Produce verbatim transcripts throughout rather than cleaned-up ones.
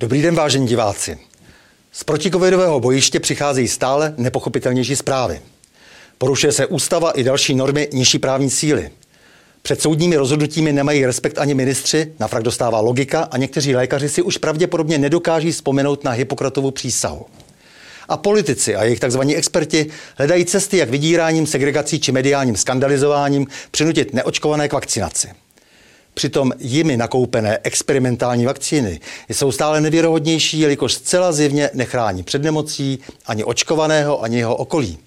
Dobrý den, vážení diváci. Z protikovidového bojiště přicházejí stále nepochopitelnější zprávy. Porušuje se ústava i další normy nižší právní síly. Před soudními rozhodnutími nemají respekt ani ministři, na frak dostává logika a někteří lékaři si už pravděpodobně nedokáží vzpomenout na Hippokratovu přísahu. A politici a jejich takzvaní experti hledají cesty, jak vydíráním, segregací či mediálním skandalizováním přinutit neočkované k vakcinaci. Přitom jimi nakoupené experimentální vakcíny jsou stále nevěrohodnější, jelikož zcela zjevně nechrání před nemocí ani očkovaného, ani jeho okolí.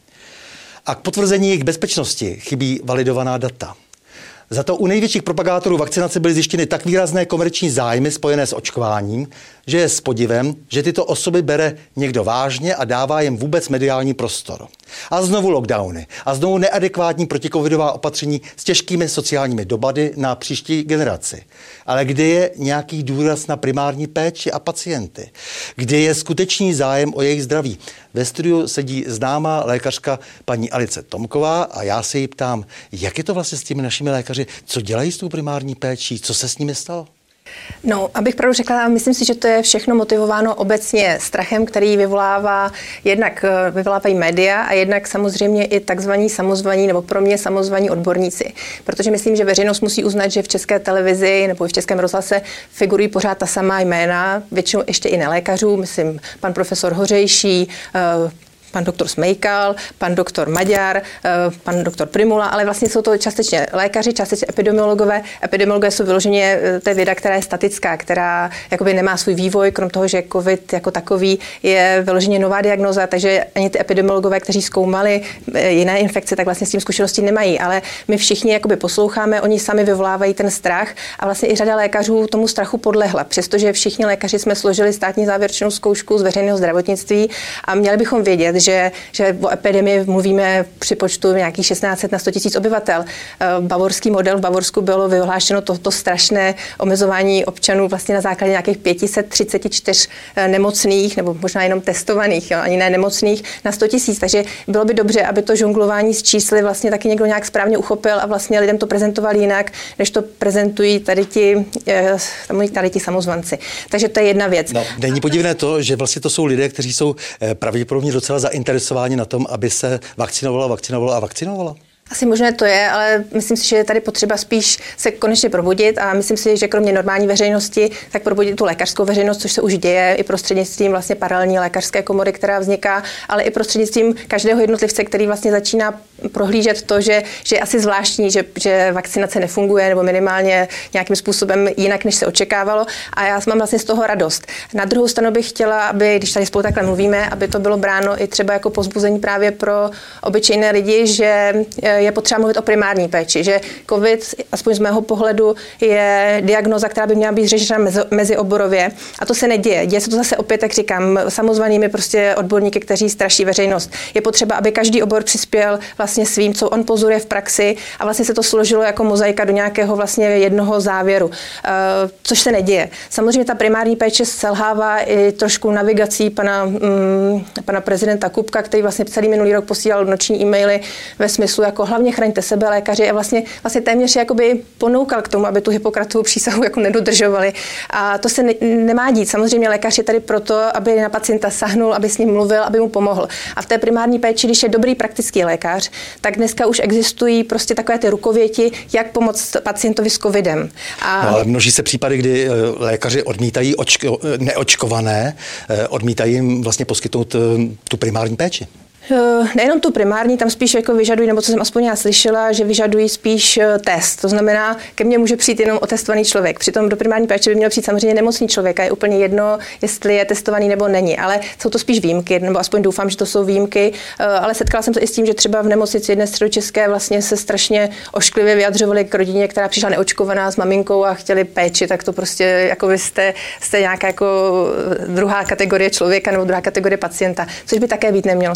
A k potvrzení jejich bezpečnosti chybí validovaná data. Za to u největších propagátorů vakcinace byly zjištěny tak výrazné komerční zájmy spojené s očkováním, že je s podivem, že tyto osoby bere někdo vážně a dává jim vůbec mediální prostor. A znovu lockdowny a znovu neadekvátní protikovidová opatření s těžkými sociálními dopady na příští generaci. Ale kde je nějaký důraz na primární péči a pacienty? Kde je skutečný zájem o jejich zdraví? Ve studiu sedí známá lékařka paní Alice Tomková a já se jí ptám, jak je to vlastně s těmi našimi lékaři, co dělají s tou primární péčí, co se s nimi stalo? No, abych pravdu řekla, myslím si, že to je všechno motivováno obecně strachem, který vyvolává, jednak vyvolávají média a jednak samozřejmě i takzvaní samozvaní nebo pro mě samozvaní odborníci. Protože myslím, že veřejnost musí uznat, že v České televizi nebo v Českém rozhlase figurují pořád ta samá jména, většinou ještě i nelékařů, myslím pan profesor Hořejší, pan doktor Smejkal, pan doktor Maďar, pan doktor Primula, ale vlastně jsou to částečně lékaři, částečně epidemiologové. Epidemiologové jsou vyloženě té věda, která je statická, která jakoby nemá svůj vývoj, krom toho, že COVID jako takový je vyloženě nová diagnóza, takže ani ty epidemiologové, kteří zkoumali jiné infekce, tak vlastně s tím zkušenosti nemají, ale my všichni jakoby posloucháme, oni sami vyvolávají ten strach a vlastně i řada lékařů tomu strachu podlehla, přestože všichni lékaři jsme složili státní závěrečnou zkoušku z veřejného zdravotnictví a měli bychom vědět, Že, že o epidemii mluvíme při počtu nějakých šestnáct set na sto tisíc obyvatel. Bavorský model v Bavorsku bylo vyhlášeno toto strašné omezování občanů vlastně na základě nějakých pět set třicet čtyři nemocných, nebo možná jenom testovaných, jo, ani ne nemocných, na sto tisíc. Takže bylo by dobře, aby to žonglování s čísly vlastně taky někdo nějak správně uchopil a vlastně lidem to prezentoval jinak, než to prezentují tady ti, tady ti samozvanci. Takže to je jedna věc. No, není podivné to, že vlastně to jsou lidé, kteří jsou pravděpodobně docela zainteresováni na tom, aby se vakcinovalo, vakcinovalo a vakcinovalo? Asi možné to je, ale myslím si, že je tady potřeba spíš se konečně probudit a myslím si, že kromě normální veřejnosti, tak probudit tu lékařskou veřejnost, což se už děje i prostřednictvím vlastně paralelní lékařské komory, která vzniká, ale i prostřednictvím každého jednotlivce, který vlastně začíná prohlížet to, že, že je asi zvláštní, že, že vakcinace nefunguje nebo minimálně nějakým způsobem jinak, než se očekávalo a já mám vlastně z toho radost. Na druhou stranu bych chtěla, aby, když tady spolu takhle mluvíme, aby to bylo bráno i třeba jako povzbuzení právě pro obyčejné lidi, že je potřeba mluvit o primární péči, že COVID, aspoň z mého pohledu, je diagnóza, která by měla být řešena mezi, mezioborově. A to se neděje. Děje se to zase opět, jak říkám, samozvanými prostě odborníky, kteří straší veřejnost. Je potřeba, aby každý obor přispěl vlastně svým, co on pozoruje v praxi a vlastně se to složilo jako mozaika do nějakého vlastně jednoho závěru, což se neděje. Samozřejmě ta primární péče selhává i trošku navigací pana, mm, pana prezidenta Kupka, který vlastně celý minulý rok posílal noční e-maily ve smyslu jako hlavně chraňte sebe, lékaři, a vlastně, vlastně téměř jakoby ponoukal k tomu, aby tu Hippokratovu přísahu jako nedodržovali. A to se ne, nemá dít. Samozřejmě lékař je tady proto, aby na pacienta sáhnul, aby s ním mluvil, aby mu pomohl. A v té primární péči, když je dobrý praktický lékař, tak dneska už existují prostě takové ty rukověti, jak pomoct pacientovi s covidem. A... No, ale množí se případy, kdy lékaři odmítají očko, neočkované, odmítají jim vlastně poskytnout tu primární péči. Nejenom tu primární, tam spíš jako vyžadují, nebo co jsem aspoň já slyšela, že vyžadují spíš test. To znamená, ke mně může přijít jenom otestovaný člověk. Přitom do primární péče by měl přijít samozřejmě nemocný člověk a je úplně jedno, jestli je testovaný nebo není. Ale jsou to spíš výjimky, nebo aspoň doufám, že to jsou výjimky. Ale setkala jsem se i s tím, že třeba v nemocnici jedné středočeské vlastně se strašně ošklivě vyjadřovali k rodině, která přišla neočkovaná s maminkou a chtěli péči, tak to prostě jako vy jste, jste nějaká jako druhá kategorie člověka nebo druhá kategorie pacienta, což by také být nemělo. Samozřejmě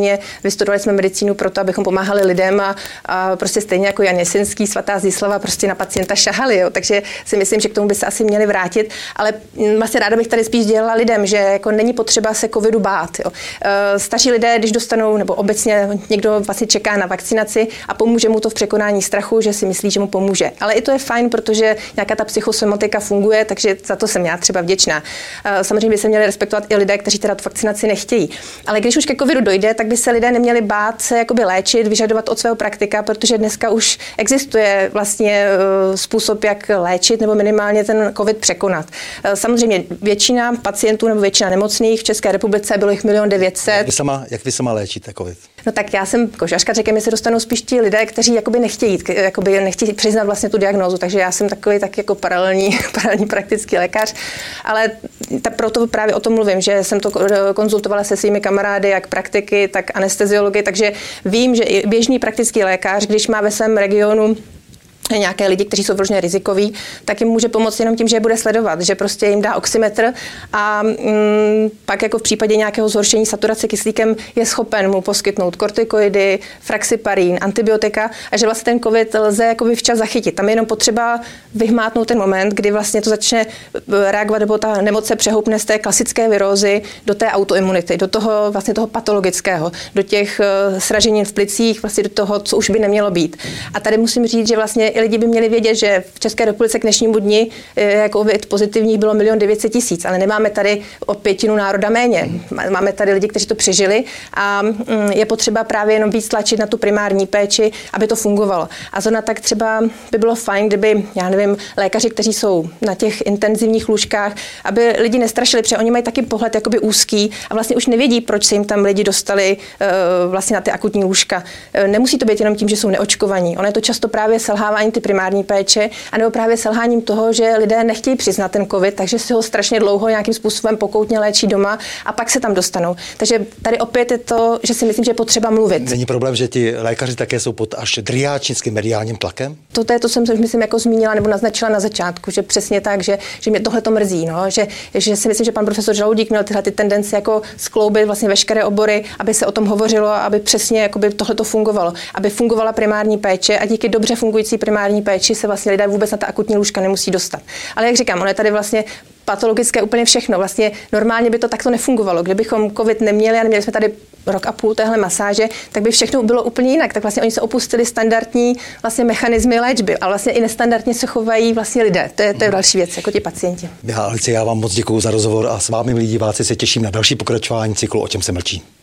samozřejmě vystudovali jsme medicínu proto, abychom pomáhali lidem a, a prostě stejně jako Jan Jesenský, svatá Zdislava prostě na pacienta šahali, jo. Takže si myslím, že k tomu by se asi měli vrátit, ale vlastně ráda bych tady spíš dělala lidem, že jako není potřeba se covidu bát, jo. Staří lidé, když dostanou, nebo obecně někdo vlastně čeká na vakcinaci a pomůže mu to v překonání strachu, že si myslí, že mu pomůže. Ale i to je fajn, protože nějaká ta psychosomatika funguje, takže za to jsem já třeba vděčná. Samozřejmě by se měli respektovat i lidé, kteří teda tu vakcinaci nechtějí. Ale když už ke covidu dojde, tak by se lidé neměli bát se jakoby léčit, vyžadovat od svého praktika, protože dneska už existuje vlastně způsob, jak léčit nebo minimálně ten covid překonat. Samozřejmě většina pacientů nebo většina nemocných v České republice bylo jich milion devět set. Jak vy sama, jak vy sama léčíte covid? No tak já jsem košařka, řekněme, se dostanou spíš ti lidé, kteří jakoby nechtějí, jakoby nechtějí přiznat vlastně tu diagnózu, takže já jsem takový tak jako paralelní, paralelní praktický lékař, ale ta, proto právě o tom mluvím, že jsem to konzultovala se svými kamarády, jak praktiky, tak anesteziology, takže vím, že i běžný praktický lékař, když má ve svém regionu nějaké lidi, kteří jsou vložně rizikoví, tak jim může pomoct jenom tím, že je bude sledovat, že prostě jim dá oximetr a mm, pak jako v případě nějakého zhoršení saturace kyslíkem je schopen mu poskytnout kortikoidy, fraxiparín, antibiotika a že vlastně ten covid lze jakoby včas zachytit. Tam je jenom potřeba vyhmátnout ten moment, kdy vlastně to začne reagovat, nebo ta nemoc se přehoupne z té klasické virózy do té autoimunity, do toho vlastně toho patologického, do těch uh, sraženin v plicích, vlastně do toho, co už by nemělo být. A tady musím říct, že vlastně i lidi by měli vědět, že v České republice k dnešnímu dni jako covid pozitivních bylo milion devět set tisíc, ale nemáme tady o pětinu národa méně. Máme tady lidi, kteří to přežili a je potřeba právě jenom víc tlačit na tu primární péči, aby to fungovalo. A zrovna tak třeba by bylo fajn, kdyby, já nevím, lékaři, kteří jsou na těch intenzivních lůžkách, aby lidi nestrašili, protože oni mají taky pohled jakoby úzký a vlastně už nevědí, proč se jim tam lidi dostali vlastně na ty akutní lůžka. Nemusí to být jenom tím, že jsou neočkovaní. Ono je to často právě selhávání ty primární péče, anebo právě selháním toho, že lidé nechtějí přiznat ten covid, takže si ho strašně dlouho nějakým způsobem pokoutně léčí doma a pak se tam dostanou. Takže tady opět je to, že si myslím, že je potřeba mluvit. Není problém, že ti lékaři také jsou pod až driáčnickým mediálním tlakem? To je to, jsem se myslím jako zmínila nebo naznačila na začátku, že přesně tak, že, že mě tohle to mrzí, no, že, že si myslím, že pan profesor Žaloudík měl tyhle ty tendence jako skloubit vlastně veškeré obory, aby se o tom hovořilo, aby přesně jakoby tohle to fungovalo, aby fungovala primární péče a díky dobře fungující primární péči se vlastně lidé vůbec na ta akutní lůžka nemusí dostat. Ale jak říkám, ono je tady vlastně patologické úplně všechno. Vlastně normálně by to takto nefungovalo. Kdybychom covid neměli a neměli jsme tady rok a půl téhle masáže, tak by všechno bylo úplně jinak. Tak vlastně oni se opustili standardní vlastně mechanismy léčby, ale vlastně i nestandardně se chovají vlastně lidé. To je, to je další věc, jako ti pacienti. Já, Alice, já vám moc děkuju za rozhovor a s vámi, milí diváci, se těším na další pokračování cyklu O čem se mlčí.